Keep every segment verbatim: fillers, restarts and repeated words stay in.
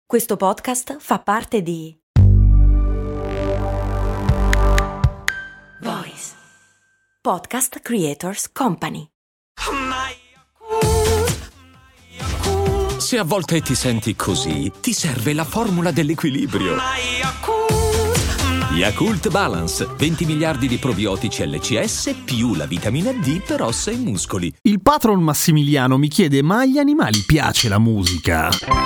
Questo podcast fa parte di Voice Podcast Creators Company. Se a volte ti senti così, ti serve la formula dell'equilibrio. Yakult Balance, venti miliardi di probiotici L C S più la vitamina D per ossa e muscoli. Il patron Massimiliano mi chiede: ma agli animali piace la musica?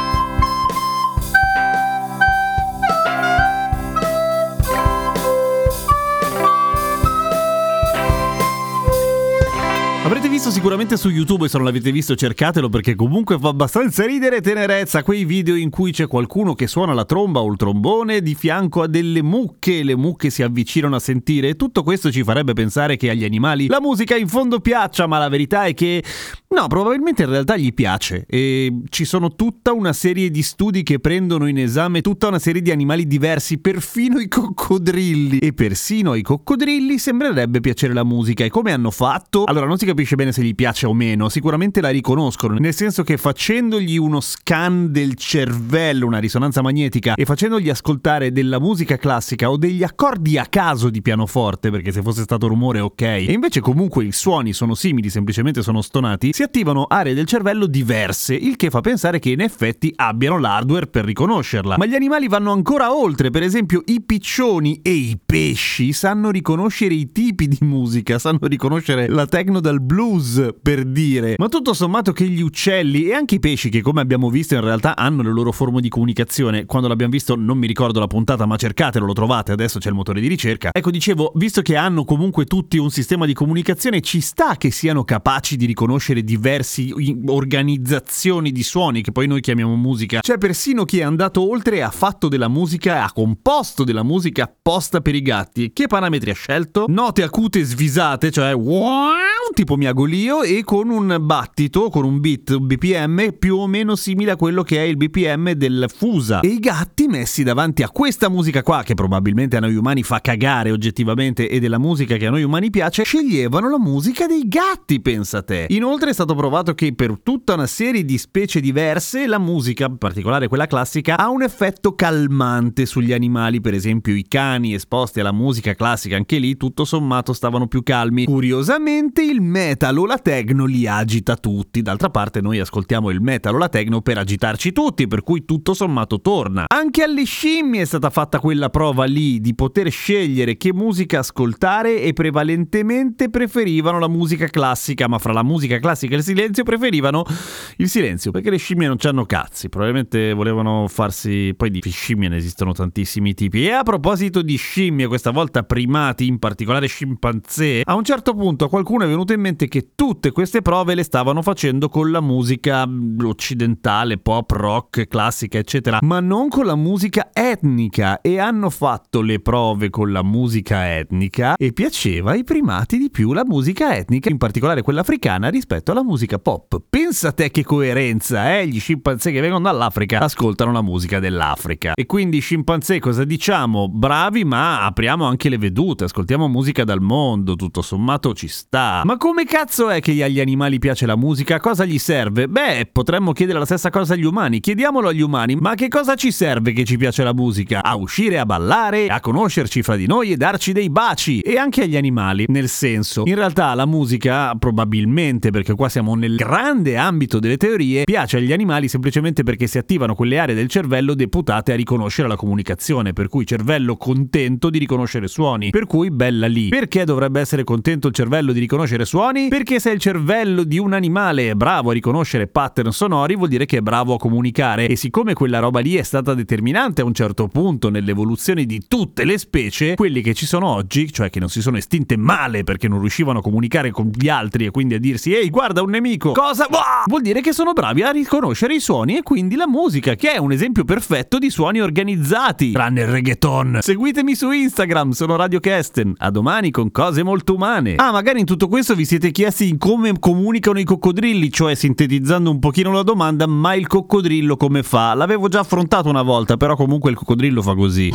Avrete visto sicuramente su YouTube, e se non l'avete visto cercatelo perché comunque fa abbastanza ridere e tenerezza, quei video in cui c'è qualcuno che suona la tromba o il trombone di fianco a delle mucche, le mucche si avvicinano a sentire, e tutto questo ci farebbe pensare che agli animali la musica in fondo piaccia, ma la verità è che no, probabilmente in realtà gli piace, e ci sono tutta una serie di studi che prendono in esame tutta una serie di animali diversi, perfino i coccodrilli, e persino ai coccodrilli sembrerebbe piacere la musica. E come hanno fatto? Allora, non si capisce bene se gli piace o meno, sicuramente la riconoscono, nel senso che facendogli uno scan del cervello, una risonanza magnetica, e facendogli ascoltare della musica classica o degli accordi a caso di pianoforte, perché se fosse stato rumore ok, e invece comunque i suoni sono simili, semplicemente sono stonati, si attivano aree del cervello diverse, il che fa pensare che in effetti abbiano l'hardware per riconoscerla. Ma gli animali vanno ancora oltre, per esempio i piccioni e i pesci sanno riconoscere i tipi di musica, sanno riconoscere la techno dal blues, per dire. Ma tutto sommato che gli uccelli e anche i pesci, che come abbiamo visto in realtà hanno le loro forme di comunicazione, quando l'abbiamo visto non mi ricordo la puntata, ma cercatelo, lo trovate, adesso c'è il motore di ricerca. Ecco, dicevo, visto che hanno comunque tutti un sistema di comunicazione, ci sta che siano capaci di riconoscere diversi organizzazioni di suoni che poi noi chiamiamo musica. C'è persino chi è andato oltre e ha fatto della musica, ha composto della musica apposta per i gatti. Che parametri ha scelto? Note acute svisate, cioè wow, tipo miagolio, e con un battito, con un beat, un B P M più o meno simile a quello che è il B P M del Fusa. E i gatti messi davanti a questa musica qua, che probabilmente a noi umani fa cagare oggettivamente, e della musica che a noi umani piace, sceglievano la musica dei gatti, pensa te. Inoltre è stato provato che per tutta una serie di specie diverse la musica, in particolare quella classica, ha un effetto calmante sugli animali. Per esempio i cani esposti alla musica classica, anche lì tutto sommato stavano più calmi. Curiosamente il metal o la techno li agita tutti. D'altra parte noi ascoltiamo il metal o la techno per agitarci tutti, per cui tutto sommato torna. Anche alle scimmie è stata fatta quella prova lì di poter scegliere che musica ascoltare, e prevalentemente preferivano la musica classica, ma fra la musica classica e il silenzio preferivano il silenzio, perché le scimmie non c'hanno cazzi, probabilmente volevano farsi, poi di scimmie ne esistono tantissimi tipi. E a proposito di scimmie, questa volta primati, in particolare scimpanzé, a un certo punto a qualcuno è venuto in mente che tutte queste prove le stavano facendo con la musica occidentale, pop, rock, classica eccetera, ma non con la musica etnica, e hanno fatto le prove con la musica etnica e piaceva ai primati di più la musica etnica, in particolare quella africana, rispetto alla musica pop. Pensa te che coerenza, eh? Gli scimpanzé che vengono dall'Africa ascoltano la musica dell'Africa. E quindi scimpanzé, cosa diciamo? Bravi, ma apriamo anche le vedute, ascoltiamo musica dal mondo, tutto sommato ci sta. Ma come cazzo è che agli animali piace la musica? Cosa gli serve? Beh, potremmo chiedere la stessa cosa agli umani. Chiediamolo agli umani, ma che cosa ci serve che ci piace la musica? A uscire a ballare, a conoscerci fra di noi e darci dei baci. E anche agli animali, nel senso, in realtà la musica probabilmente, perché qua siamo nel grande ambito delle teorie, piace agli animali semplicemente perché si attivano quelle aree del cervello deputate a riconoscere la comunicazione, per cui cervello contento di riconoscere suoni, per cui bella lì. Perché dovrebbe essere contento il cervello di riconoscere suoni? Perché se il cervello di un animale è bravo a riconoscere pattern sonori, vuol dire che è bravo a comunicare, e siccome quella roba lì è stata determinante a un certo punto nell'evoluzione di tutte le specie, quelli che ci sono oggi, cioè che non si sono estinte male perché non riuscivano a comunicare con gli altri e quindi a dirsi ehi guarda un nemico, cosa? Boah! Vuol dire che sono bravi a riconoscere i suoni, e quindi la musica, che è un esempio perfetto di suoni organizzati, tranne il reggaeton. Seguitemi su Instagram, sono Radio Kesten, a domani con cose molto umane. Ah, magari in tutto questo vi siete chiesti come comunicano i coccodrilli, cioè sintetizzando un pochino la domanda, ma il coccodrillo come fa? L'avevo già affrontato una volta, però comunque il coccodrillo fa così.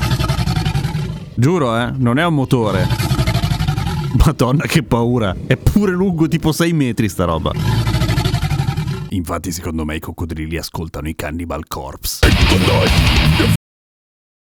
Giuro, eh, non è un motore. Madonna che paura, è pure lungo tipo sei metri sta roba. Infatti secondo me i coccodrilli ascoltano i Cannibal Corpse.